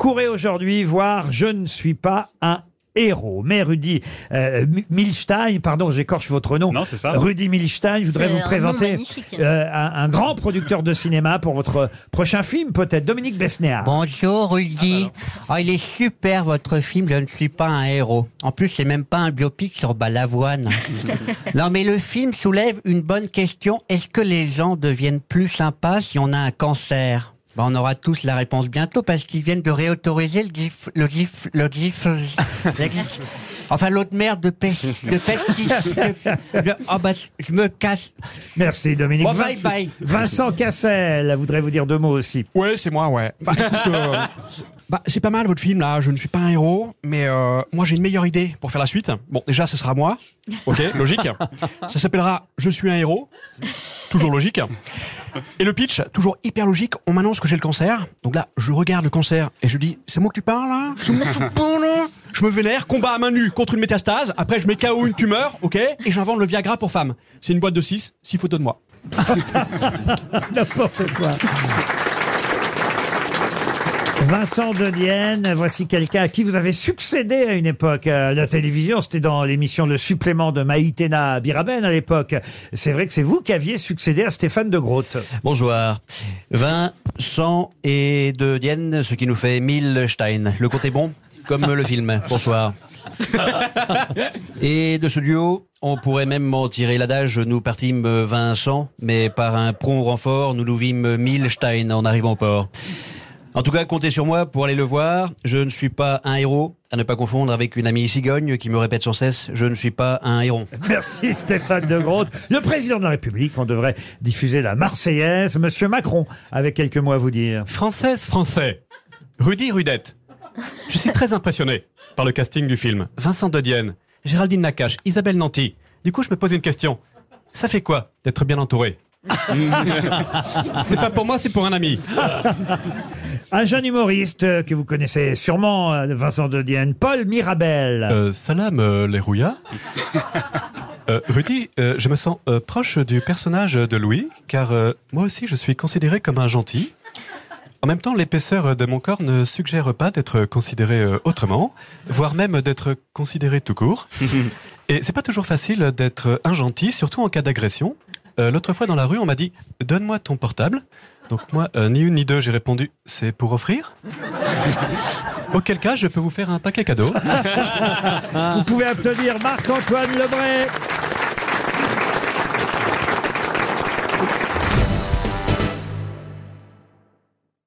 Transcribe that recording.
courez aujourd'hui voir Je ne suis pas un héros. Mais Rudi Milstein, pardon, j'écorche votre nom. Non, c'est ça. Rudi Milstein, je voudrais vous présenter un grand producteur de cinéma pour votre prochain film, peut-être, Dominique Besnéard. Bonjour Rudy. Il est super votre film, Je ne suis pas un héros. En plus, c'est même pas un biopic sur Balavoine. Non, mais le film soulève une bonne question. Est-ce que les gens deviennent plus sympas si on a un cancer ? On aura tous la réponse bientôt parce qu'ils viennent de réautoriser enfin, l'autre merde de pesticide. Je me casse. Merci Dominique. Bon, bye bye. Vincent Cassel voudrait vous dire deux mots aussi. Ouais, c'est moi, ouais. C'est pas mal votre film là, Je ne suis pas un héros, mais moi j'ai une meilleure idée pour faire la suite. Bon, déjà ce sera moi, ok, logique. Ça s'appellera Je suis un héros, toujours logique. Et le pitch, toujours hyper logique, on m'annonce que j'ai le cancer. Donc là, je regarde le cancer et je dis, c'est moi que tu parles là ? C'est moi que tu parles là ? Je me vénère, combat à main nue contre une métastase, après je mets KO une tumeur, ok, et j'invente le Viagra pour femmes. C'est une boîte de 6 photos de moi. N'importe quoi. Vincent de Dienne, voici quelqu'un à qui vous avez succédé à une époque à la télévision. C'était dans l'émission Le Supplément de Maïtena Biraben à l'époque. C'est vrai que c'est vous qui aviez succédé à Stéphane de Groot. Bonsoir. Vincent et de Dienne, ce qui nous fait Milstein. Le compte est bon, comme le film. Bonsoir. Et de ce duo, on pourrait même en tirer l'adage, nous partîmes Vincent, mais par un prompt renfort, nous nous vîmes Milstein en arrivant au port. En tout cas, comptez sur moi pour aller le voir. Je ne suis pas un héros, à ne pas confondre avec une amie cigogne qui me répète sans cesse, je ne suis pas un héron. Merci Stéphane de Groot. Le président de la République, on devrait diffuser la Marseillaise. Monsieur Macron, avec quelques mots à vous dire. Française, Français. Rudy Rudette. Je suis très impressionné par le casting du film. Vincent de Dienne, Géraldine Nakache, Isabelle Nanty. Du coup, je me pose une question. Ça fait quoi d'être bien entouré ? C'est pas pour moi, c'est pour un ami. Un jeune humoriste que vous connaissez sûrement, Vincent de Dienne, Paul Mirabel. Salam, les rouillas. Rudy, je me sens proche du personnage de Louis, car moi aussi je suis considéré comme un gentil. En même temps, l'épaisseur de mon corps ne suggère pas d'être considéré autrement, voire même d'être considéré tout court. Et c'est pas toujours facile d'être un gentil, surtout en cas d'agression. L'autre fois dans la rue, on m'a dit « Donne-moi ton portable ». Donc moi, ni une ni deux, j'ai répondu « C'est pour offrir ?» Auquel cas, je peux vous faire un paquet cadeau. Vous pouvez applaudir Marc-Antoine Lebray.